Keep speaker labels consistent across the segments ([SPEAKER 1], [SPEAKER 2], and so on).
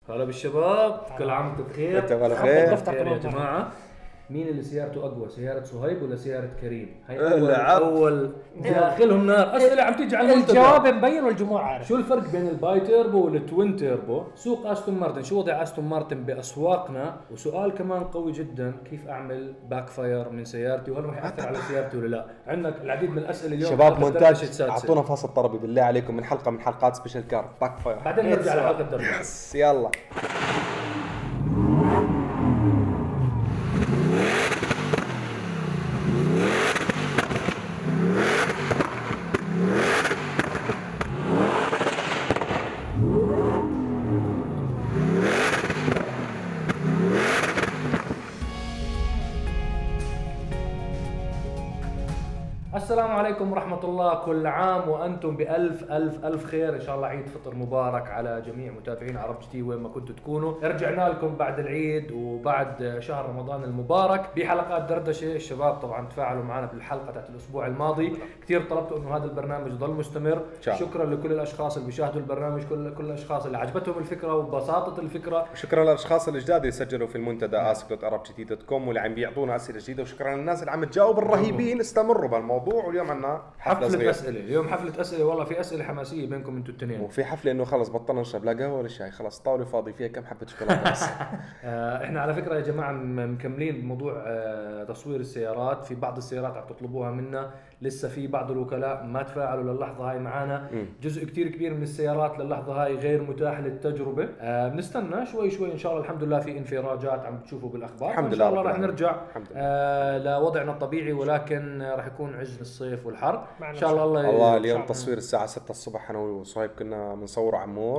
[SPEAKER 1] هلا بالشباب، كل عام وانتم بخير.
[SPEAKER 2] انت بخير
[SPEAKER 1] يا جماعه. مين اللي سيارته اقوى، سياره صهيب ولا سياره كريم؟ هي اول داخلهم نار. اسئله عم تيجي على المنتدى،
[SPEAKER 3] الجواب مبين والجمهور عارف.
[SPEAKER 1] شو الفرق بين الباي تيربو والتوين تيربو؟ سوق استون مارتن، شو وضع استون مارتن باسواقنا؟ وسؤال كمان قوي جدا، كيف اعمل باك فاير من سيارتي وهل راح ياثر على سيارتي ولا لا؟ عندك العديد من الاسئله اليوم.
[SPEAKER 2] شباب مونتاج، اعطونا فاصل طربي بالله عليكم من حلقه من حلقات سبيشال كار باك فاير،
[SPEAKER 1] بعدين نرجع لحلقه الدرجه.
[SPEAKER 2] يلا.
[SPEAKER 1] السلام عليكم ورحمة الله، كل عام وأنتم بألف ألف ألف خير. إن شاء الله عيد فطر مبارك على جميع متابعين عرب جي تي وين ما كنتوا تكونوا. رجعنا لكم بعد العيد وبعد شهر رمضان المبارك بحلقات دردشة. الشباب طبعا تفاعلوا معنا بالحلقة تاعت الأسبوع الماضي، كثير طلبتوا إنه هذا البرنامج يضل مستمر. شكرا لكل الأشخاص اللي بيشاهدوا البرنامج، كل الأشخاص اللي عجبتهم الفكرة وبساطة الفكرة.
[SPEAKER 2] شكرا للأشخاص الجداد اللي سجلوا في المنتدى ask.arabgt.com واللي عم بيعطونا أسئلة جديدة، وشكرا للناس اللي عم تجاوب الرهيبين. استمروا بالموضوع، واليوم عندنا
[SPEAKER 1] حفلة أسئلة. اليوم حفلة أسئلة، والله في أسئلة حماسية بينكم انتوا التنين.
[SPEAKER 2] وفي حفلة إنه خلص بطلنا نشرب لا قهوة ولا شاي، خلص الطاولة فاضي فيها كم حبة شوكولاتة بس.
[SPEAKER 1] احنا على فكرة يا جماعة مكملين بموضوع تصوير السيارات. في بعض السيارات عم تطلبوها منا، لسه في بعض الوكلاء ما تفاعلوا للحظة هاي معانا. جزء كتير كبير من السيارات للحظة هاي غير متاح للتجربة. بنستنى شوي شوي إن شاء الله. الحمد لله في انفراجات عم بتشوفوا بالأخبار،
[SPEAKER 2] الحمد لله.
[SPEAKER 1] إن شاء الله راح نرجع لوضعنا الطبيعي، ولكن راح يكون عز الصيف والحر إن شاء الله.
[SPEAKER 2] الله اليوم تصوير الساعة 6 الصبح، أنا وصهيب كنا بنصور عمور.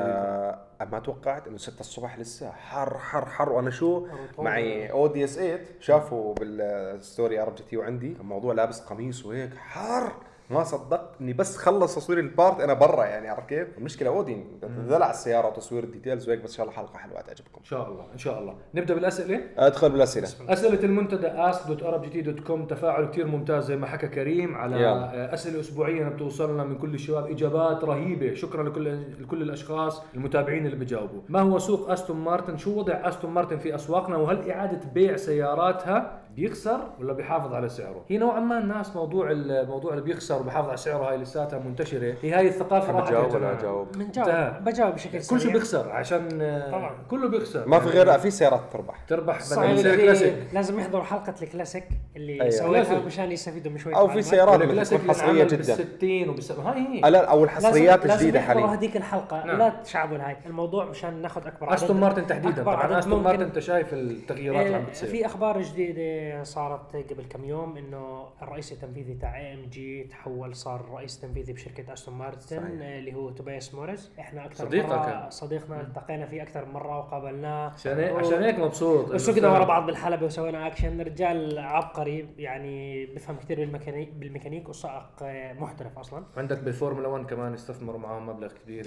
[SPEAKER 2] ما توقعت إنه 6 الصبح لسه حر حر حر. وأنا شو معي اودي اس 8 شافوا بالستوري عرب جي تي وعندي الموضوع لابس قميص وهيك حر، ما صدقت اني بس خلص تصوير البارت انا برا. يعني عارف كيف المشكله؟ اودي دلع السياره وتصوير الديتيلز وهيك. بس ان شاء الله حلقه حلوه تعجبكم
[SPEAKER 1] ان شاء الله. ان شاء الله نبدا بالاسئله.
[SPEAKER 2] ادخل بالاسئله.
[SPEAKER 1] اسئله المنتدى ask.arabgt.com. تفاعل كثير ممتاز زي ما حكى كريم على اسئله اسبوعيا بتوصلنا من كل الشباب، اجابات رهيبه. شكرا لكل الاشخاص المتابعين اللي بيجاوبوا. ما هو سوق استون مارتن؟ شو وضع استون مارتن في اسواقنا؟ وهل اعاده بيع سياراتها بيخسر ولا بيحافظ على سعره؟ هي نوعا ما الناس موضوع اللي بيخسر وبيحافظ على سعره هاي لساتها منتشره. هي الثقافه راحت.
[SPEAKER 2] بجاوب ولا اجاوب؟
[SPEAKER 3] بجاوب بشكل سريع.
[SPEAKER 1] كل شيء بيخسر عشان طبعا كله بيخسر.
[SPEAKER 2] ما في غير في سيارات تربح
[SPEAKER 3] كلاسيك. لازم يحضروا حلقه الكلاسيك اللي سويتها مشان يستفيدوا من شويه.
[SPEAKER 2] او في سيارات بتكون حصريه جدا
[SPEAKER 1] بال60
[SPEAKER 3] هاي
[SPEAKER 2] لا او الحصريات الجديده حاليا.
[SPEAKER 3] لازم هذيك الحلقه لا تشعبوا هاي الموضوع مشان ناخذ اكبر عدد.
[SPEAKER 1] استون مارتن تحديدا طبعا. استون مارتن انت شايف التغييرات اللي عم بتصير.
[SPEAKER 3] في اخبار جديده صارت قبل كم يوم انه الرئيس التنفيذي تاع AMG تحول، صار رئيس تنفيذي بشركه استون مارتن اللي هو توبياس موريس. احنا اكثر مره صديقنا التقينا فيه اكثر مره وقابلناه
[SPEAKER 1] عشان هيك مبسوط.
[SPEAKER 3] وسكنا ورا بعض بالحلبه وسوينا اكشن. رجال عبقري يعني بفهم كثير بالميكانيك وسائق محترف اصلا.
[SPEAKER 1] عندك بالفورمولا 1 كمان استثمروا معهم مبلغ كبير.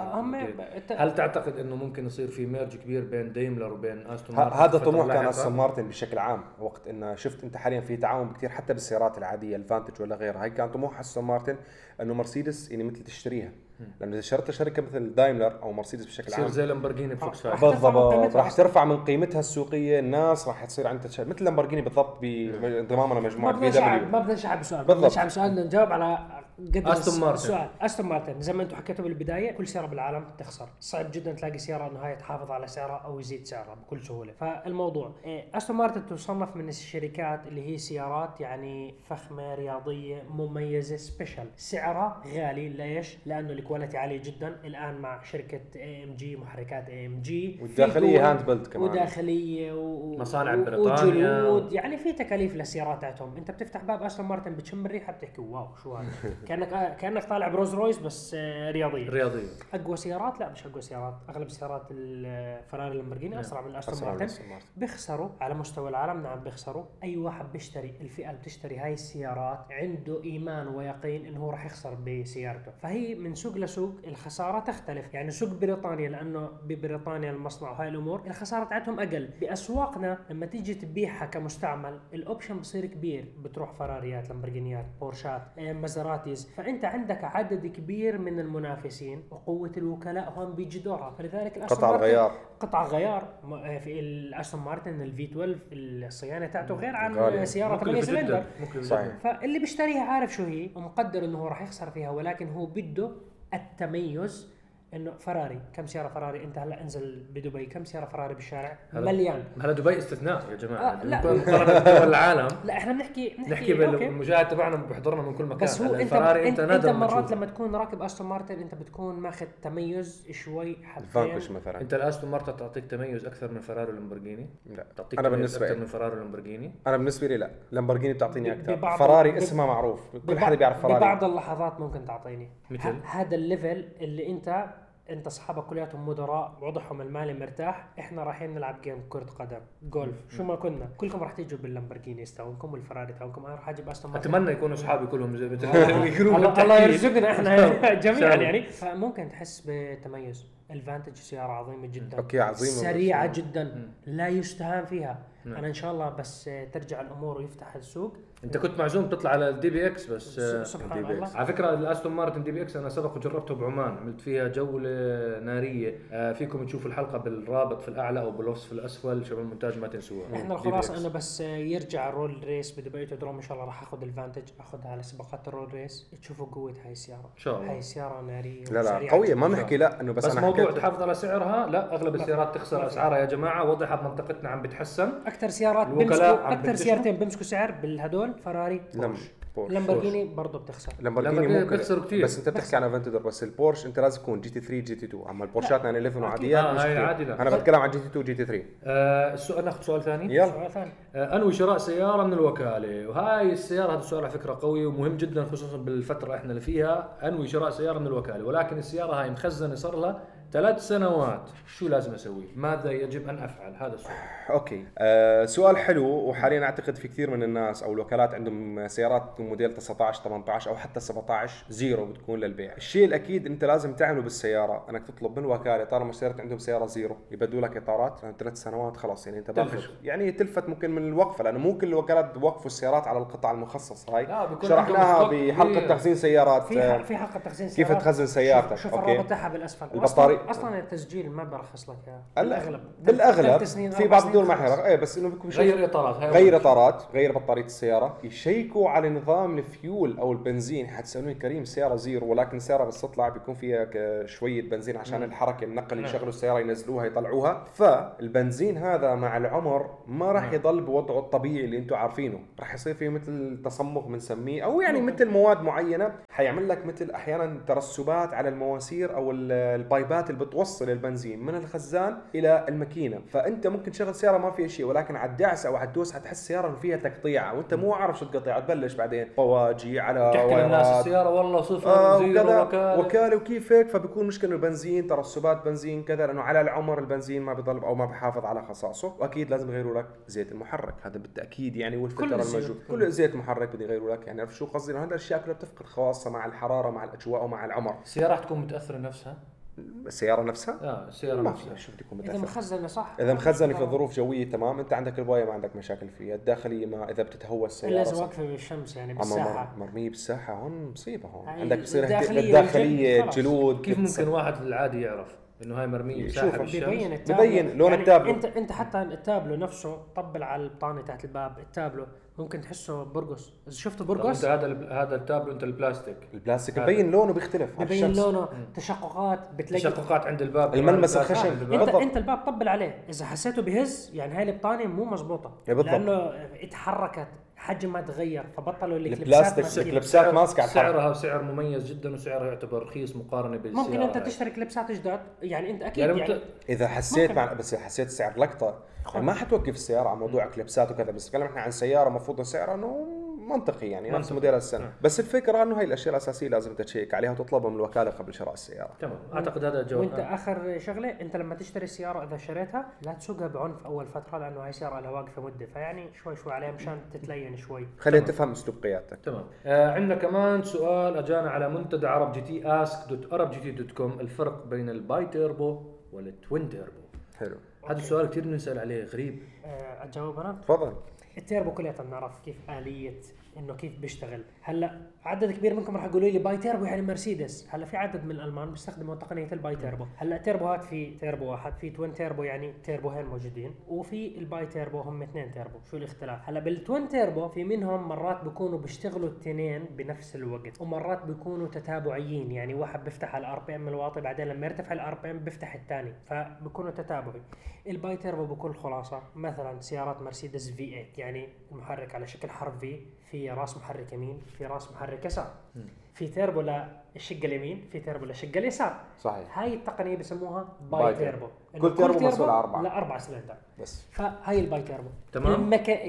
[SPEAKER 1] هل تعتقد انه ممكن يصير في ميرج كبير بين دايملر وبين استون مارتن؟
[SPEAKER 2] هذا طموح كان استون مارتن بشكل عام. وقت انه شفت انت حاليا في تعاون كثير حتى بالسيارات العاديه الفانتج ولا غيرها. هاي كان طموح استون مارتن انه مرسيدس يعني مثل تشتريها، لانه اذا اشتريت شركه مثل دايملر او مرسيدس بشكل عام
[SPEAKER 1] تصير زي لامبورغيني بفوكس فاجن
[SPEAKER 2] بالضبط. راح ترفع من قيمتها السوقيه. الناس راح تصير عندها مثل لامبورغيني بالضبط بانضمامنا مجموعه بي دبليو.
[SPEAKER 3] ما بدنا نشعب سؤال، بدنا نشعب سؤال نجاوب على قد
[SPEAKER 1] السؤال.
[SPEAKER 3] استون مارتن زي ما انتم حكيتوا بالبدايه، كل سياره بالعالم تخسر. صعب جدا تلاقي سياره انه هي تحافظ على سعرها او يزيد سعرها بكل سهوله. فالموضوع استون مارتن تصنف من الشركات اللي هي سيارات يعني فخمه رياضيه مميزه سبيشال. سعرها غالي. ليش؟ لانه الكواليتي عاليه جدا الان مع شركه AMG، محركات AMG
[SPEAKER 2] والداخليه هاند بيلد كمان،
[SPEAKER 3] وداخليه
[SPEAKER 1] مصانع بريطانيا
[SPEAKER 3] وجلود. يعني في تكاليف للسيارات تاعتهم. انت بتفتح باب استون مارتن بتشم الريحه بتحكي واو شو هذا. كانك طالع بروز رويس بس رياضيه. اقوى سيارات؟ لا مش اقوى سيارات. اغلب السيارات الفراري لامبورغيني اسرع من استون مارتن. بيخسروا على مستوى العالم. نعم بيخسروا. اي واحد بيشتري الفئه اللي بتشتري هاي السيارات عنده ايمان ويقين انه راح يخسر بسيارته. فهي من سوق لسوق الخساره تختلف. يعني سوق بريطانيا لانه ببريطانيا المصنع وهاي الامور الخساره تاعتهم اقل. باسواقنا لما تيجي تبيعها كمستعمل الاوبشن بصير كبير. بتروح فراريات، لامبورغينيات، بورشات، مازراتي، الحواجز، فانت عندك عدد كبير من المنافسين وقوه الوكلاء هون بيجي دورها. فلذلك قطع غيار في الاستون مارتن الفي 12 الصيانه تاعته غير عن سياره 8 سلندر. فاللي بيشتريها عارف شو هي ومقدر انه هو راح يخسر فيها، ولكن هو بده التميز. انه فراري، كم سياره فراري انت هلا انزل بدبي، كم سياره فراري بالشارع؟ مليان.
[SPEAKER 1] هلا دبي استثناء يا جماعه.
[SPEAKER 3] لا
[SPEAKER 1] مقارنه بدول العالم.
[SPEAKER 3] لا احنا بنحكي
[SPEAKER 1] بالمشاهد تبعنا بحضرنا من كل مكان.
[SPEAKER 3] بس هو انت مرات لما تكون راكب استون مارتن انت بتكون ماخذ تميز شوي حبتين.
[SPEAKER 2] مثلا
[SPEAKER 1] انت الاستون مارتن تعطيك تميز اكثر من فراري ولامبورجيني؟
[SPEAKER 2] لا
[SPEAKER 1] تعطيك
[SPEAKER 2] انا بالنسبه
[SPEAKER 1] اكثر من فراري ولامبورجيني.
[SPEAKER 2] انا بالنسبه لي لا، لامبورجيني بتعطيني اكثر. فراري اسمها معروف، كل حدا بيعرف فراري.
[SPEAKER 3] ببعض اللحظات ممكن تعطيني
[SPEAKER 1] مثل
[SPEAKER 3] هذا الليفل اللي انت اصحابك كلياتهم مدراء، وضعهم المالي مرتاح، احنا رايحين نلعب جيم كرة قدم جولف، شو ما كنا كلكم راح تيجوا باللامبورجيني تاعونكم والفراري تاعونكم، انا راح اجيب استون مارتن.
[SPEAKER 1] اتمنى يكونوا اصحابي كلهم زي
[SPEAKER 3] الله يرزقنا احنا جميعا يعني. فممكن تحس بتميز. الفانتج سيارة عظيمة جدا،
[SPEAKER 2] اوكي عظيمة،
[SPEAKER 3] سريعة جدا، لا يستهان فيها. انا ان شاء الله بس ترجع الامور ويفتح السوق.
[SPEAKER 1] انت كنت معزوم تطلع على الدي بي اكس بس
[SPEAKER 3] سبحان الله.
[SPEAKER 1] على فكره الاستون مارتن دي بي اكس انا سبق وجربته بعمان، عملت فيها جوله ناريه. فيكم تشوفوا الحلقه بالرابط في الاعلى او بالوصف الاسفل، شباب المونتاج ما تنسوها.
[SPEAKER 3] احنا الخلاصه انه بس يرجع الرول ريس بدبي تدروم ان شاء الله راح اخذ الفانتج، اخذها على سباقات الرول ريس، تشوفوا قوه هاي السياره ان
[SPEAKER 1] شاء الله.
[SPEAKER 3] هاي السياره ناريه
[SPEAKER 2] لا قويه، ما بنحكي لا انه بس انا
[SPEAKER 1] موضوع تحافظ على سعرها. لا اغلب السيارات تخسر اسعارها يا جماعه، وضعها بمنطقتنا عم بتحسن.
[SPEAKER 3] اكثر سيارات اكثر سيارتين بيمسكوا سعر بالهدول فراري لامبورجيني برضه بتخسر.
[SPEAKER 2] لامبورجيني ممكن
[SPEAKER 1] بيخسروا كثير،
[SPEAKER 2] بس انت بتحكي عن افنتدر. بس البورش انت لازم تكون جي تي 3 جي تي 2، اما البورشات 911 وعاديات مش
[SPEAKER 1] عادي.
[SPEAKER 2] انا بتكلم عن جي تي 2 جي تي 3.
[SPEAKER 1] السؤال ناخذ سؤال ثاني.
[SPEAKER 2] يلا.
[SPEAKER 1] انوي شراء سياره من الوكاله، وهاي السياره هذا السؤال على فكره قوي ومهم جدا خصوصا بالفتره احنا اللي فيها. انوي شراء سياره من الوكاله ولكن السياره هاي مخزنه صار لها 3 سنوات، شو لازم اسوي؟ ماذا يجب ان افعل؟ هذا السؤال.
[SPEAKER 2] اوكي سؤال حلو. وحاليا اعتقد في كثير من الناس او الوكالات عندهم سيارات موديل 19 18 او حتى 17 زيرو بتكون للبيع. الشيء الاكيد انت لازم تعمله بالسياره انك تطلب من الوكاله طالما اشتريت عندهم سياره زيرو يبدلوا لك اطارات 3 سنوات خلاص. يعني انت باخذ يعني تلفت ممكن من الوقفه، لانه مو كل الوكالات بوقفوا السيارات على القطع المخصصه. هاي شرحناها بحلقه تخزين سيارات.
[SPEAKER 3] في حلقه تخزين سيارات
[SPEAKER 2] كيف تخزن سيارتك.
[SPEAKER 3] شوف الرابط تاعها بالاسفل. اصلا التسجيل ما برخص لك اياها
[SPEAKER 2] بالاغلب في بعض الدول ما حيرخص. ايه بس انه بيكون
[SPEAKER 1] غير اطارات،
[SPEAKER 2] غير بطاريه السياره، يشيكوا على نظام الفيول او البنزين. حتسالوني كريم السياره زيرو ولكن السياره بس تطلع بيكون فيها شويه بنزين عشان الحركه النقل يشغلوا السياره ينزلوها يطلعوها. فالبنزين هذا مع العمر ما راح يضل بوضعه الطبيعي اللي انتم عارفينه، راح يصير فيه مثل تصمغ بنسميه او يعني مثل مواد معينه حيعمل لك مثل احيانا ترسبات على المواسير او البايبات اللي بتوصل البنزين من الخزان الى الماكينه. فانت ممكن تشغل سياره ما فيها شيء ولكن على الدعسه او على الدوس حتحس السياره انه فيها تقطيع وانت مو عارف شو القطيع. تبلش بعدين بواجي على
[SPEAKER 1] تحكي للناس السياره والله صفر زيرو
[SPEAKER 2] وكاله وكيف هيك. فبيكون مشكله البنزين ترسبات بنزين كذا، لانه على العمر البنزين ما بيضل او ما بحافظ على خصائصه. واكيد لازم يغيروا لك زيت المحرك، هذا بالتاكيد يعني. والفلتر الموجود كل زيت محرك بده يغيروا لك. يعني عرف شو قصدي؟ هذا الاشياء كلها بتفقد خواصها مع الحراره مع الاجواء ومع العمر.
[SPEAKER 1] السياره راح تكون متاثره نفسها.
[SPEAKER 2] السيارة نفسها؟
[SPEAKER 1] السيارة نفسها
[SPEAKER 2] شو بدكم
[SPEAKER 3] إذا مخزنة صح،
[SPEAKER 2] إذا مخزنة في ظروف جوية تمام. أنت عندك البواية ما عندك مشاكل فيها. الداخلية ما إذا بتتهوى السيارة
[SPEAKER 3] لازم واقفة بالشمس يعني بالساحة
[SPEAKER 2] مرمية بالساحة. هون مصيبة. هون
[SPEAKER 3] يعني
[SPEAKER 2] عندك بصير
[SPEAKER 3] الداخلية
[SPEAKER 2] جلود.
[SPEAKER 1] كيف ممكن واحد العادي يعرف إنه هاي مرمية بالساحة بالشمس؟
[SPEAKER 2] ببين لون التابلو.
[SPEAKER 3] أنت حتى التابلو نفسه طبل على البطانة تحت الباب. التابلو ممكن تحسه برقص. إذا شفته برقص
[SPEAKER 1] هذا التابلو أنت البلاستيك
[SPEAKER 2] ببين لونه بيختلف.
[SPEAKER 3] ببين لونه تشققات، بتلاقي
[SPEAKER 1] تشققات عند الباب،
[SPEAKER 2] الملمس الخشن.
[SPEAKER 3] انت الباب طبل عليه، اذا حسيته بهز يعني هاي البطانه مو مزبوطه لانه اتحركت، حجمها تغير، فبطلوا
[SPEAKER 2] الكليبسات ماسكه على
[SPEAKER 1] سعرها سعر مميز جدا وسعرها يعتبر رخيص مقارنه بالسياره.
[SPEAKER 3] ممكن انت تشتري كليبسات جداد يعني انت اكيد يعني
[SPEAKER 2] اذا حسيت بس حسيت سعر لقطه يعني ما حتوقف السياره على موضوع كليبسات وكذا. بس نتكلم احنا عن سياره مفروض سعرها انه منطقي يعني نفس موديل السنه. بس الفكره انه هاي الاشياء الاساسيه لازم تشيك عليها وتطلبها من الوكاله قبل شراء السياره.
[SPEAKER 1] تمام، اعتقد هذا الجواب.
[SPEAKER 3] وانت اخر شغله، انت لما تشتري السياره اذا شريتها لا تسوقها بعنف اول فتره، لانه هاي سياره لها واقفه مده، فيعني شوي عليها مشان تتلين شوي.
[SPEAKER 2] خلينا تفهم اسلوب قيادتك.
[SPEAKER 1] تمام. عندنا كمان سؤال اجانا على منتدى عرب جي تي ask.arabgt.com، الفرق بين الباي تيربو والتوين تيربو.
[SPEAKER 2] حلو.
[SPEAKER 1] هذا السؤال كثير بنسال عليه، غريب.
[SPEAKER 3] اجاوب انا؟
[SPEAKER 2] تفضل.
[SPEAKER 3] التيربو كلياتنا بنعرف كيف آلية انه كيف بيشتغل. هلا عدد كبير منكم راح يقولوا لي باي تيربو يعني مرسيدس. هلا في عدد من الالمان بيستخدموا تقنيه الباي تيربو. هلا تيربوهات في تيربو واحد، في توين تيربو يعني تيربوهين موجودين، وفي الباي تيربو هم 2 تيربو. شو الاختلاف؟ هلا بالتوين تيربو في منهم مرات بيكونوا بيشتغلوا الاثنين بنفس الوقت، ومرات بيكونوا تتابعيين، يعني واحد بيفتح على الار بي ام الواطي بعدين لما يرتفع الار بي ام بيفتح الثاني، فبيكونوا تتابعي. الباي تيربو بكل خلاصه مثلا سيارات مرسيدس في 8 يعني المحرك على شكل حرف في راس محرك يمين، في راس محرك يسار، في تيربو للشقه اليمين، في تيربو للشقه اليسار.
[SPEAKER 2] صحيح.
[SPEAKER 3] هاي التقنيه بسموها باي تيربو.
[SPEAKER 2] كل تيربو مسؤول عن
[SPEAKER 3] 4 سلندر
[SPEAKER 2] بس.
[SPEAKER 3] فهاي الباي تيربو.
[SPEAKER 1] تمام.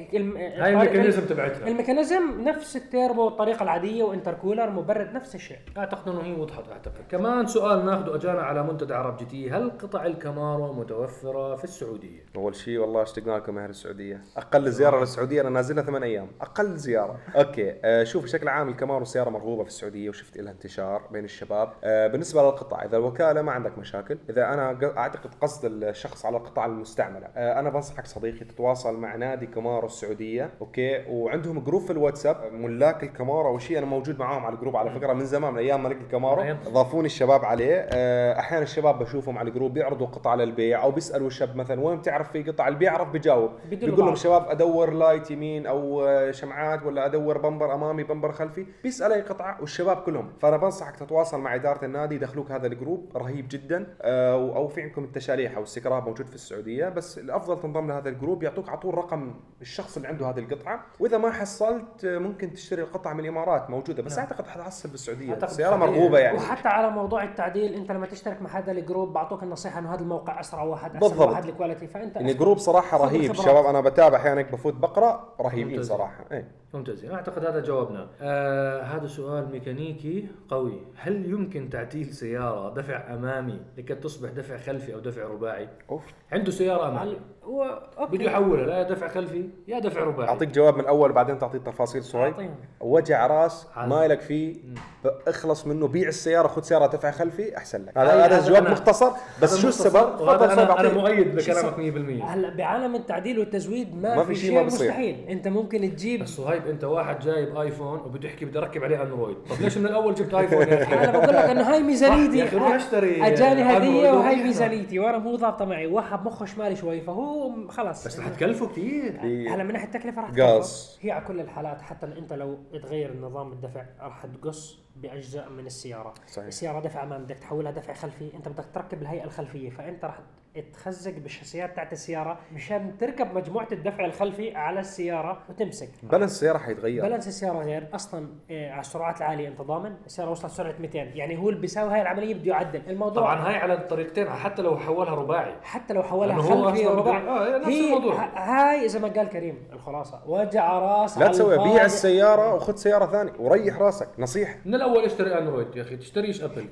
[SPEAKER 1] هاي الميكانيزم تبعتها.
[SPEAKER 3] الميكانيزم نفس التيربو الطريقه العاديه، وانتركولر مبرد نفس الشيء.
[SPEAKER 1] اعتقد انه هي وضحت. اعتقد كمان سؤال ناخذه اجانا على منتدى عرب جي تي، هل قطع الكامارو متوفره في السعوديه؟
[SPEAKER 2] اول شيء والله اشتقنا لكم اهل السعوديه. اقل زياره للسعوديه انا نازلها 8 ايام اقل زياره. اوكي شوف بشكل عام الكامارو سياره مرغوبه في السعوديه وشفت لها انتشار بين الشباب. بالنسبه للقطع اذا الوكاله ما عندك مشاكل، اذا انا اعتقد قصد الشخص على القطع المستعمله، انا بنصحك صديقي تتواصل مع نادي كامارو السعوديه. اوكي وعندهم جروب في الواتساب ملاك الكامارو او شيء، انا موجود معاهم على الجروب على فكره من زمان من ايام ملك الكامارو، ضافوني الشباب عليه. احيانا الشباب بشوفهم على الجروب بيعرضوا قطع للبيع او بيسالوا الشاب مثلا وين بتعرف في قطع، اللي بيعرف بيجاوب بيقول لهم شباب ادور لايت يمين او شمعات ولا ادور بمبر امامي بمبر خلفي، بيسال اي قطعه والشباب كلهم. فانا بنصحك تتواصل مع اداره النادي يدخلوك هذا الجروب رهيب جدا. او في عندكم التشاريح او السكراب موجود في السعوديه، بس الافضل تنضم لهذا الجروب يعطوك على طول رقم الشخص اللي عنده هذه القطعه، واذا ما حصلت ممكن تشتري القطعه من الامارات موجوده، بس اعتقد حتحصل بالسعوديه السياره مرغوبه يعني.
[SPEAKER 3] وحتى على موضوع التعديل انت لما تشترك مع هذا الجروب بعطوك النصيحه انه هذا الموقع اسرع واحد احسن واحد الكواليتي، فانت
[SPEAKER 2] الجروب صراحه رهيب شباب، انا بتابع احيانا بفوت بقرا رهيبين صراحه.
[SPEAKER 1] ممتازين. اعتقد هذا جاوبنا. هذا سؤال ميكانيكي قوي، هل يمكن تعديل سياره دفع امامي لكي تصبح دفع خلفي او دفع رباعي؟ عنده سياره امامي بده يحولها لا دفع خلفي يا دفع رباعي.
[SPEAKER 2] اعطيك جواب من الاول بعدين تعطيه التفاصيل صهيب. وجع راس مالك فيه اخلص منه، بيع السياره خذ سياره دفع خلفي احسن لك. هذا الجواب مختصر بس شو السبب؟
[SPEAKER 1] انا مؤيد بكلامك 100%.
[SPEAKER 3] هلا بعالم التعديل والتزويد ما في شيء مستحيل. انت ممكن تجيب
[SPEAKER 1] صهيب، انت واحد جايب ايفون وبده يحكي بدي اركب عليه اندرويد، طب ليش من الاول جبت ايفون يا اخي؟
[SPEAKER 3] انا بقول لك انه هاي ميزانيتي
[SPEAKER 1] يا اخي روح اشتري،
[SPEAKER 3] اجاني هديه وهي ميزانيتي وانا مو ضابطه معي، واحد مخه شمالي شوي فهو خلاص
[SPEAKER 1] بس رح تكلفه كثير.
[SPEAKER 3] هلا من ناحيه التكلفه رح تكلفه هي على كل الحالات. حتى انت لو تغير النظام الدفع راح تقص باجزاء من السياره.
[SPEAKER 2] صحيح.
[SPEAKER 3] السياره دفع امام بدك تحولها دفع خلفي، انت بدك تركب الهيئه الخلفيه، فانت راح تخزق بالشاسيات تاعت السياره مشان تركب مجموعه الدفع الخلفي على السياره وتمسك.
[SPEAKER 2] بالانس السياره حيتغير،
[SPEAKER 3] بالانس السياره غير اصلا. على السرعات العاليه انت ضامن السياره وصلت سرعه 200، يعني هو اللي بيساوي هاي العمليه بده يعدل الموضوع.
[SPEAKER 1] طبعا هاي على الطريقتين، حتى لو حولها رباعي،
[SPEAKER 3] حتى لو حولها خلفي رباعي
[SPEAKER 1] نفس الموضوع.
[SPEAKER 3] هاي زي ما قال كريم الخلاصه وجع راس.
[SPEAKER 2] لا تسوي بيع السياره وخذ سياره ثانيه وريح راسك. نصيحه
[SPEAKER 1] من الاول اشتري اندرويد يا اخي، تشتريش ابل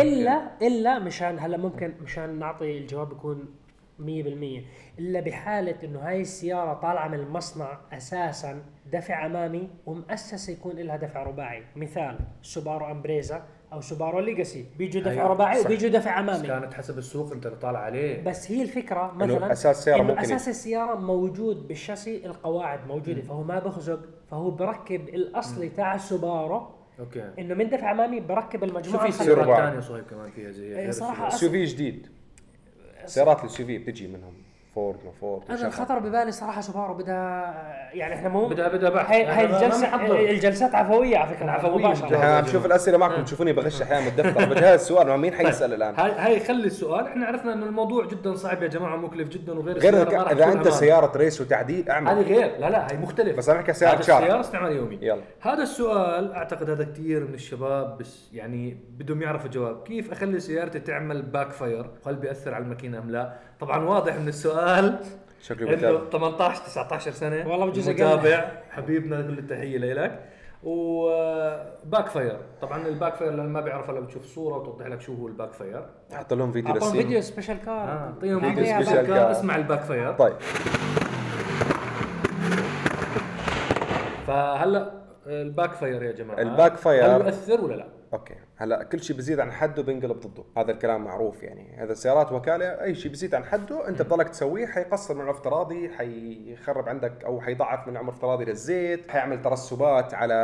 [SPEAKER 3] الا مشان هلا ممكن مشان نعطي الجواب يكون 100%، الا بحاله انه هاي السياره طالعه من المصنع اساسا دفع امامي ومؤسسه يكون لها دفع رباعي. مثال سوبارو امبريزا او سوبارو ليجاسي بيجوا دفع رباعي وبيجوا دفع امامي.
[SPEAKER 1] كانت حسب السوق انت طالع عليه.
[SPEAKER 3] بس هي الفكره مثلا
[SPEAKER 2] إنه
[SPEAKER 3] اساس السياره موجود بالشاسي، القواعد موجوده فهو ما بخزق، فهو بركب الاصلي تاع السوبارو.
[SPEAKER 1] اوكي
[SPEAKER 3] انه من دفع امامي بركب المجموعه.
[SPEAKER 1] شو في سيارات ثانيه صهيب كمان فيها زي
[SPEAKER 3] صراحه
[SPEAKER 2] اس يو في جديد، سيارات الاس يو في بتجي منهم فورد
[SPEAKER 3] انا الخطر ببالي صراحه سوبارو بدها، يعني احنا مو
[SPEAKER 1] بدها بحث.
[SPEAKER 3] هاي الجلسات عفويه على فكره،
[SPEAKER 1] عفويه
[SPEAKER 2] مباشره. احنا عم نشوف الاسئله معكم تشوفوني بغش احيانا بالدفتر بجهز السؤال مين حيسال الان.
[SPEAKER 1] هاي خلي السؤال، احنا عرفنا انه الموضوع جدا صعب يا جماعه ومكلف جدا، وغير
[SPEAKER 2] اذا انت سياره ريس وتعديل اعمل
[SPEAKER 1] هذه غير. لا هي مختلف،
[SPEAKER 2] بس انا بحكي سياره شارع،
[SPEAKER 1] سياره استعمال يومي.
[SPEAKER 2] يلا.
[SPEAKER 1] هذا السؤال اعتقد هذا كثير من الشباب بس يعني بدهم يعرفوا الجواب، كيف اخلي سيارتي تعمل باك فاير وهل بياثر على الماكينه ام لا؟ طبعا واضح من السؤال
[SPEAKER 2] شكله
[SPEAKER 1] انه 18 19 سنه
[SPEAKER 3] والله بجوز
[SPEAKER 1] متابع حبيبنا، كل التحيه لك. وباك فاير طبعا الباك فاير اللي ما بيعرف الا بتشوف صوره وتوضح لك شو هو الباك فاير.
[SPEAKER 2] حط لهم فيديو
[SPEAKER 3] للسين، فيديو سبيشال كار.
[SPEAKER 1] اعطيهم فيديو سبيشال كار اسمع الباك فاير.
[SPEAKER 2] طيب
[SPEAKER 1] فهلا الباك فاير يا جماعه،
[SPEAKER 2] الباك فاير
[SPEAKER 1] هل يؤثر ولا لا؟
[SPEAKER 2] اوكي هلا كل شيء بزيد عن حده بينقلب ضده، هذا الكلام معروف يعني. هذا سيارات وكاله اي شيء بزيد عن حده انت بضلك تسويه حيقصر من العمر الافتراضي، حيخرب عندك او حيضعف من العمر الافتراضي للزيت، حيعمل ترسبات على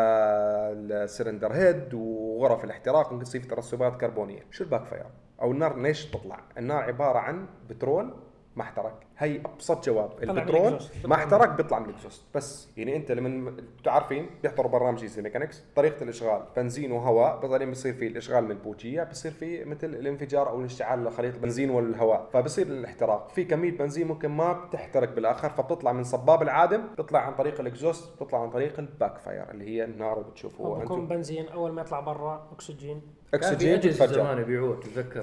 [SPEAKER 2] السلندر هيد وغرف الاحتراق، ممكن يصير ترسبات كربونيه. شو الباك فاير او النار ليش تطلع؟ النار عباره عن بترول ما احترق، هي ابسط جواب. البترول ما احترق بيطلع من الاكزوست بس. يعني انت لما تعرفين بيحضروا برنامج ايزي ميكانكس طريقه الاشغال بنزين وهواء، بعدين بيصير في الاشغال من البوجيه، بيصير في مثل الانفجار او الاشتعال لخليط البنزين والهواء، فبصير الاحتراق. في كميه بنزين ممكن ما بتحترق بالاخر، فبتطلع من صباب العادم، بتطلع عن طريق الاكزوست، بتطلع عن طريق الباك فاير اللي هي النار اللي بتشوفوها
[SPEAKER 3] انتم. بكون بنزين اول ما يطلع برا اكسجين
[SPEAKER 1] أجهزة زمان يبيعوه تتذكر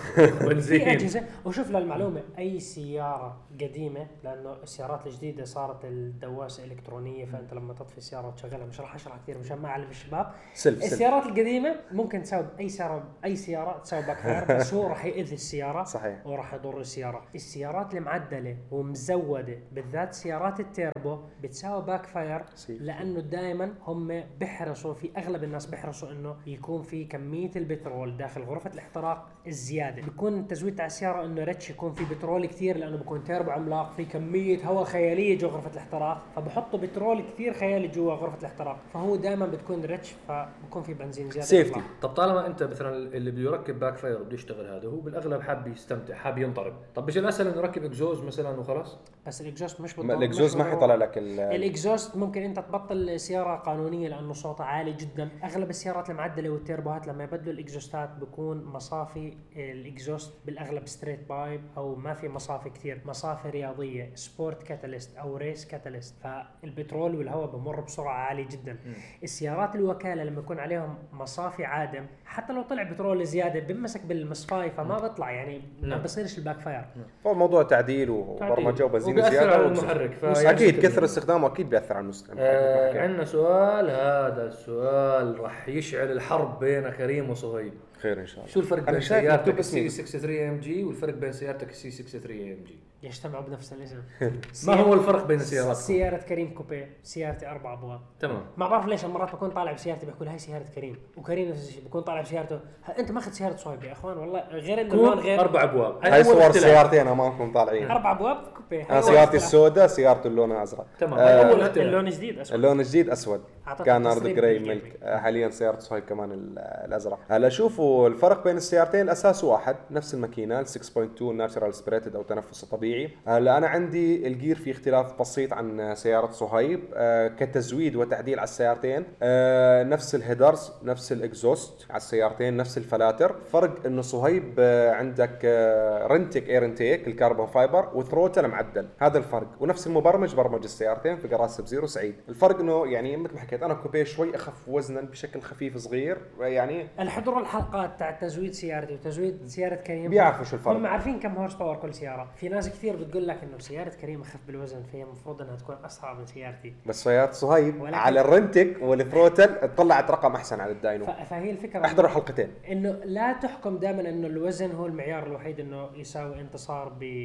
[SPEAKER 1] بنزين.
[SPEAKER 3] في أجهزة. وشوف للمعلومة أي سيارة قديمة، لأنه السيارات الجديدة صارت الدواسة إلكترونية، فأنت لما تطفي السيارة وتشغلها، مش راح أشرح كثير مشان ما أعلم الشباب. السيارات القديمة ممكن تساوي أي سيارة تساوي باك فاير، بس هو راح يأذي السيارة
[SPEAKER 2] صحيح
[SPEAKER 3] وراح يضر السيارة. السيارات المعدلة ومزودة بالذات سيارات التيربو بتساوي باك فاير، لأنه دائما هم بيحرصوا، في أغلب الناس بيحرصوا إنه يكون في كمية البترول داخل غرفة الاحتراق الزيادة. بيكون التزويد تاع السيارة انه رتش يكون في بترول كثير، لانه بيكون تيربو عملاق في كمية هواء خيالية جوا غرفة الاحتراق، فبحطوا بترول كثير خيالي جوا غرفة الاحتراق، فهو دائما بتكون رتش، فبكون في بنزين زيادة
[SPEAKER 2] سيفتي.
[SPEAKER 1] طب طالما انت مثلا اللي بده يركب باك فاير بده يشتغل، هذا هو بالاغلب حاب يستمتع، حاب ينطرب. طب مش الاسهل انه يركب اكزوز مثلا وخلاص؟
[SPEAKER 3] بس الاكزوست مش
[SPEAKER 2] بالضبط، الاكزوز ما حيطلع لك
[SPEAKER 3] الاكزوست ممكن انت تبطل سيارة قانونية لانه صوتها عالي جدا. اغلب السيارات المعدلة والتيربوهات لما يبدلوا الاكزوستات بكون مصافي الاكزوست بالاغلب ستريت بايب، او ما في مصافي كثير، مصافي رياضيه سبورت كاتاليست او ريس كاتاليست، فالبترول والهواء بمر بسرعه عاليه جدا. السيارات الوكاله لما يكون عليهم مصافي عادم، حتى لو طلع بترول زياده بمسك بالمصفاي فما بيطلع، يعني ما بصيرش الباك فاير.
[SPEAKER 2] هو الموضوع تعديل وبرمجه وبنزين
[SPEAKER 1] زياده على المحرك،
[SPEAKER 2] اكيد كثر استخدامه اكيد بياثر على المستخدم.
[SPEAKER 1] عندنا سؤال، هذا السؤال راح يشعل الحرب بين كريم وصهيب.
[SPEAKER 2] خير ان شاء الله.
[SPEAKER 1] شو الفرق بين سيارتك السي 63 ام جي والفرق بين سيارتك السي 63 ام جي؟
[SPEAKER 3] يجتمعوا بنفس الاسم.
[SPEAKER 1] ما هو الفرق بين السيارات؟
[SPEAKER 3] سيارة كريم كوبيه، سيارتي 4 أبواب.
[SPEAKER 1] تمام.
[SPEAKER 3] ما بعرف ليش مرات بكون طالع بسيارتي بيحكوا لي هاي سيارة كريم، وكريم نفس الشيء بكون طالع بسيارته انت ماخذ سيارة صهيب يا اخوان، والله غير انه اللون غير.
[SPEAKER 1] 4 أبواب.
[SPEAKER 2] هاي صور سيارتين امامكم طالعين.
[SPEAKER 3] 4 أبواب كوبيه.
[SPEAKER 2] انا سيارتي السوداء، سيارته اللون ازرق.
[SPEAKER 1] تمام.
[SPEAKER 3] اللون الجديد اسود.
[SPEAKER 2] اللون الجديد اسود. كان نارد جراي ملك. حاليا سيارة صهيب كمان الازرق. هلا شوفوا الفرق بين السيارتين، الاساس واحد، نفس الماكينه 6.2 ناتشرال سبريتد او تنفس طبيعي. هلا انا عندي الجير في اختلاف بسيط عن سياره صهيب كتزويد وتعديل على السيارتين. نفس الهيدرز، نفس الاكزوست على السيارتين، نفس الفلاتر. فرق انه صهيب عندك رنتك اير انتيك الكربون فايبر وثروتل معدل، هذا الفرق. ونفس المبرمج برمج السيارتين في قراص سب زيرو سعيد. الفرق انه يعني مثل ما حكيت انا كوبيه شوي اخف وزنا بشكل خفيف صغير، يعني
[SPEAKER 3] الحضور الحلقات تاع تزويد سيارتي وتزويد سياره كريم
[SPEAKER 2] بيعرفوا شو الفرق،
[SPEAKER 3] هم عارفين كم هورس باور كل سياره. في ناس كثير بتقول لك انه سياره كريم اخف بالوزن، فهي المفروض انها تكون اسرع من سيارتي،
[SPEAKER 2] بس سياره صهيب على الرنتك والثروتل طلعت رقم احسن على الداينو.
[SPEAKER 3] فهي الفكره
[SPEAKER 2] احضروا حلقتين
[SPEAKER 3] انه لا تحكم دائما انه الوزن هو المعيار الوحيد انه يساوي انتصار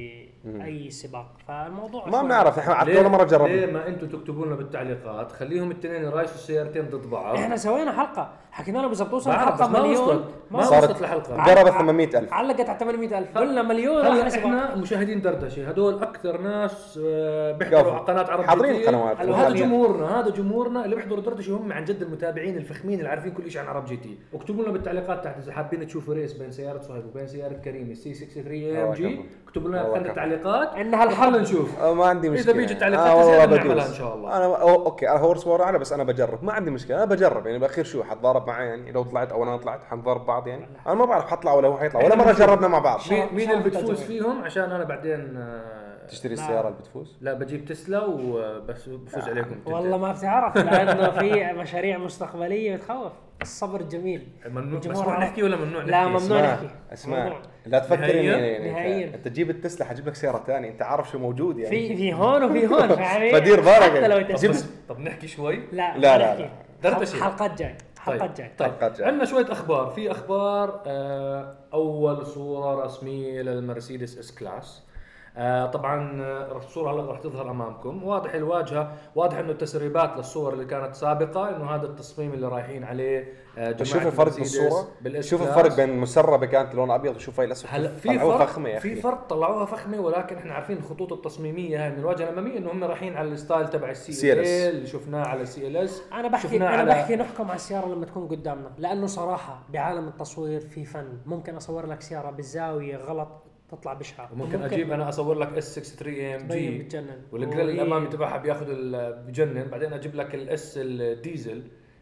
[SPEAKER 3] باي سباق. فالموضوع
[SPEAKER 2] ما بنعرف، احنا حتى ولا مره جربنا.
[SPEAKER 1] ليه ما انتم تكتبوا لنا بالتعليقات، خليهم الاثنين يرايسوا السيارتين ضد بعض.
[SPEAKER 3] احنا سوينا حلقه حكينا له بالضبط، وصل الحلقه مليون،
[SPEAKER 1] ما وصلت الحلقه،
[SPEAKER 2] قربت 800,000،
[SPEAKER 3] علقت على 800,000، قلنا مليون.
[SPEAKER 1] احنا مشاهدين دردشه، هدول اكثر ناس بيحضروا على قناه عرب
[SPEAKER 2] حاضرين القنوات.
[SPEAKER 1] هذا جمهورنا اللي بيحضروا دردشه هم عن جد المتابعين الفخمين اللي عارفين كل شيء عن عرب جي تي. اكتبوا لنا بالتعليقات تحت اذا حابين تشوفوا ريس بين سياره صهيب وبين سياره كريم السي 63 ام جي، اكتبوا لنا في التعليقات
[SPEAKER 3] انها الحل
[SPEAKER 2] نشوف. ما عندي مشكله
[SPEAKER 1] اذا بيجي التعليقات نعملها ان شاء الله.
[SPEAKER 2] انا اوكي انا هورس وور على، بس انا بجرب، ما عندي مشكله، انا بجرب يعني. بالاخير شو حتضارب معي يعني، لو طلعت او انا طلعت حنضرب بعض يعني. انا ما بعرف حطلع ولا هو حيطلع، ولا مره جربنا مع بعض.
[SPEAKER 1] مين اللي بتفوز فيهم عشان انا بعدين
[SPEAKER 2] تشتري السياره اللي بتفوز؟
[SPEAKER 1] لا بجيب تسلا وبس بفوز عليكم.
[SPEAKER 3] والله ما بتعرف، لانه في مشاريع مستقبليه بتخوف. الصبر جميل.
[SPEAKER 1] مسموح نحكي ولا ممنوع نحكي؟
[SPEAKER 3] لا ممنوع نحكي.
[SPEAKER 2] اسمع لا تفكر
[SPEAKER 3] نهائيا
[SPEAKER 2] انت تجيب التسلا حجيب لك سياره ثانيه، انت عارف شو موجود يعني.
[SPEAKER 3] في هون وفي هون يعني.
[SPEAKER 2] فدير بالك.
[SPEAKER 1] طب نحكي شوي.
[SPEAKER 3] لا
[SPEAKER 1] دردشه
[SPEAKER 3] حلقات جاي.
[SPEAKER 1] طيب. عندنا شويه اخبار. في اخبار اول صوره رسميه للمرسيدس اس كلاس. طبعا الصوره هلا راح تظهر امامكم، واضح الواجهه، واضح انه التسريبات للصور اللي كانت سابقه انه هذا التصميم اللي رايحين عليه جماعه.
[SPEAKER 2] شوف الفرق بالصوره، شوف الفرق بين مسربه كانت لونها ابيض وشوف هاي الاسود.
[SPEAKER 1] هلا في فرق فخمه يا أخي. في فرق طلعوها فخمه، ولكن احنا عارفين الخطوط التصميميه هاي من الواجهه الاماميه انه هم رايحين على الستايل تبع السي ال اللي شفناه على السي ال اس.
[SPEAKER 3] انا بحكي نحكم على السياره لما تكون قدامنا، لانه صراحه بعالم التصوير في فن. ممكن اصور لك سياره بالزاويه غلط تطلع بشعه،
[SPEAKER 1] ممكن اجيب انا اصور لك اس 63 ام جي والجريل الامامي تبعها بياخذ بجنن، بعدين اجيب لك الاس الديزل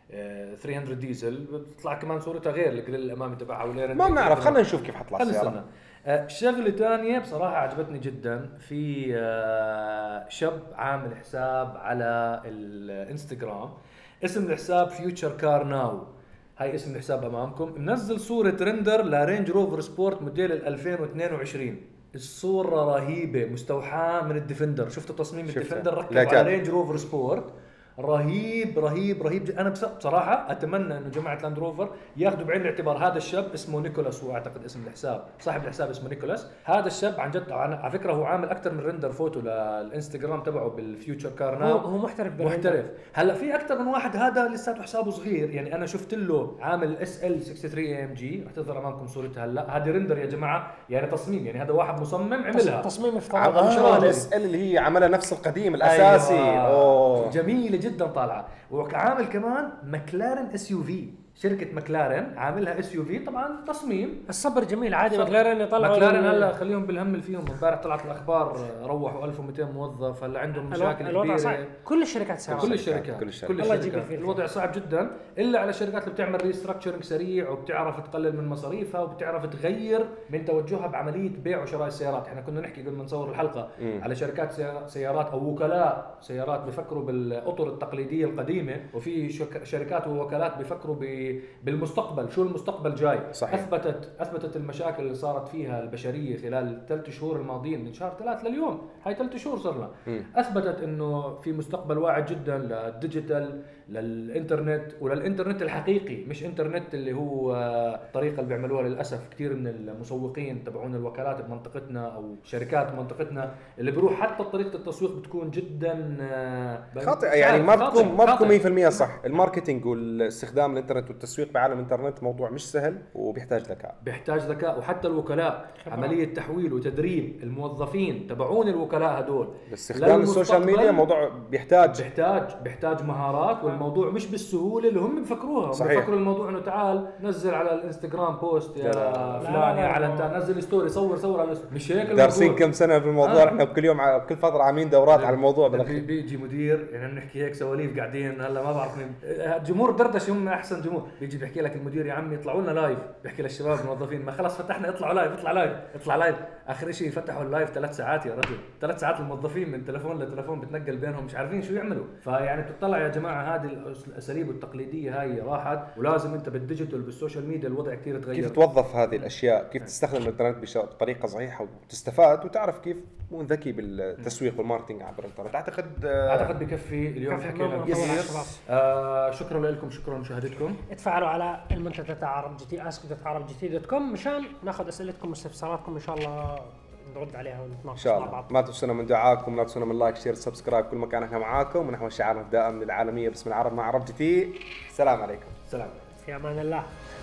[SPEAKER 1] 300 ديزل بتطلع كمان صورتها غير الجريل الامامي تبعها.
[SPEAKER 2] ما بنعرف، خلينا نشوف كيف حطلع السياره.
[SPEAKER 1] شغله ثانيه بصراحه عجبتني جدا، في شاب عامل حساب على الانستغرام، اسم الحساب فيوتشر كار ناو، هاي اسم الحساب امامكم، منزل صوره ريندر لرينج روفر سبورت موديل 2022. الصوره رهيبه، مستوحاه من الديفندر. شفتوا تصميم الديفندر ركب على رينج روفر سبورت، رهيب رهيب رهيب. انا بصراحه اتمنى انه جماعه لاند روفر ياخذوا بعين الاعتبار هذا الشاب، اسمه نيكولاس، هو اعتقد اسم الحساب، صاحب الحساب اسمه نيكولاس. هذا الشاب عن جد على فكره هو عامل اكثر من ريندر فوتو للانستغرام تبعه بالفيوتشر كار ناو،
[SPEAKER 3] هو محترف.
[SPEAKER 1] هلا في اكثر من واحد هذا لساته حسابه صغير، يعني انا شفت له عامل اس ال 63 ام جي، رح تظهر امامكم صورتها هلا. هذه ريندر يا جماعه، يعني تصميم، يعني هذا واحد مصمم عملها
[SPEAKER 3] تصميم افتراضي.
[SPEAKER 2] الاس ال اللي هي عملها نفس القديم الاساسي.
[SPEAKER 1] أيوة. جميله جدا طالعه. وعامل كمان مكلارن اس يو في، شركه مكلارن عاملها اس يو في، طبعا تصميم
[SPEAKER 3] الصبر جميل عادي. مكلارن يطلعوا،
[SPEAKER 1] مكلارن هلا خليهم بالهم اللي فيهم. امبارح طلعت الاخبار روحوا 1200 موظف، هلا عندهم مشاكل كبيره.
[SPEAKER 3] كل الشركات صعبه،
[SPEAKER 1] كل الشركات الوضع صعب جدا، الا على الشركات اللي بتعمل ريستراكشرنج سريع وبتعرف تقلل من مصاريفها وبتعرف تغير من توجهها بعمليه بيع وشراء السيارات. احنا كنا نحكي قبل ما نصور الحلقه على شركات سيارات او وكلاء سيارات بيفكروا بالاطر التقليديه القديمه، وفي شركات ووكالات بيفكروا بالمستقبل. شو المستقبل جاي؟
[SPEAKER 2] صحيح.
[SPEAKER 1] اثبتت المشاكل اللي صارت فيها البشريه خلال 3 شهور الماضيين، من شهر 3 لليوم، هاي 3 شهور صرنا. اثبتت انه في مستقبل واعد جدا للديجيتال، للانترنت، وللانترنت الحقيقي، مش انترنت اللي هو الطريقه اللي بيعملوها للاسف كثير من المسوقين تبعون الوكالات بمنطقتنا او شركات بمنطقتنا، اللي بيروح حتى طريقه التسويق بتكون جدا
[SPEAKER 2] خاطئه. يعني ما بتكون 100% صح. الماركتينج والاستخدام الانترنت والتسويق بعالم الانترنت موضوع مش سهل وبيحتاج ذكاء. وحتى الوكلاء عمليه تحويل وتدريب الموظفين تبعون الوكلاء هدول باستخدام السوشيال ميديا، موضوع
[SPEAKER 1] بيحتاج مهارات. والموضوع مش بالسهوله اللي هم بفكروها. بفكروا الموضوع انه تعال نزل على الانستغرام بوست يا فلان يا علن، نزل ستوري، صور على مش هيك.
[SPEAKER 2] دارسين كم سنه في الموضوع. احنا كل يوم كل فتره عاملين دورات على الموضوع.
[SPEAKER 1] بيجي مدير، يعني بنحكي هيك سواليف قاعدين هلا ما بعرف مين الجمهور دردش، هم احسن جمهور. بيجي بيحكي لك المدير يا عمي اطلعوا لنا لايف، بيحكي للشباب الموظفين ما خلص فتحنا اطلعوا لايف، اطلع لايف. اخر شيء فتحوا اللايف 3 ساعات يا رجل، 3 ساعات الموظفين من تليفون لتليفون بتنقل بينهم، مش عارفين شو يعملوا. فيعني بتطلع يا جماعه هذه الاساليب التقليديه هاي راحت، ولازم انت بالديجيتال بالسوشيال ميديا الوضع كثير تغير.
[SPEAKER 2] كيف توظف هذه الاشياء، كيف تستخدم الانترنت بطريقه صحيحه وتستفاد، وتعرف كيف تكون ذكي بالتسويق والماركتينج عبر الانترنت. اعتقد
[SPEAKER 1] بكفي اليوم حكينا كثير. شكرا لكم، شكرا لمشاهدتكم.
[SPEAKER 3] اتفاعلوا على المنتدى تاع عرب جي تي ask.arabgt.com مشان ناخذ اسئلتكم واستفساراتكم، ان شاء الله نرد عليها ونتناقش مع بعض.
[SPEAKER 2] ما تنسونا من دعائكم، لا تنسونا من لايك شير سبسكرايب كل مكان احنا معاكم، ونحو شعارنا الدائم للعالمية باسم العرب مع عرب جي تي. السلام عليكم.
[SPEAKER 1] سلام.
[SPEAKER 3] في امان الله.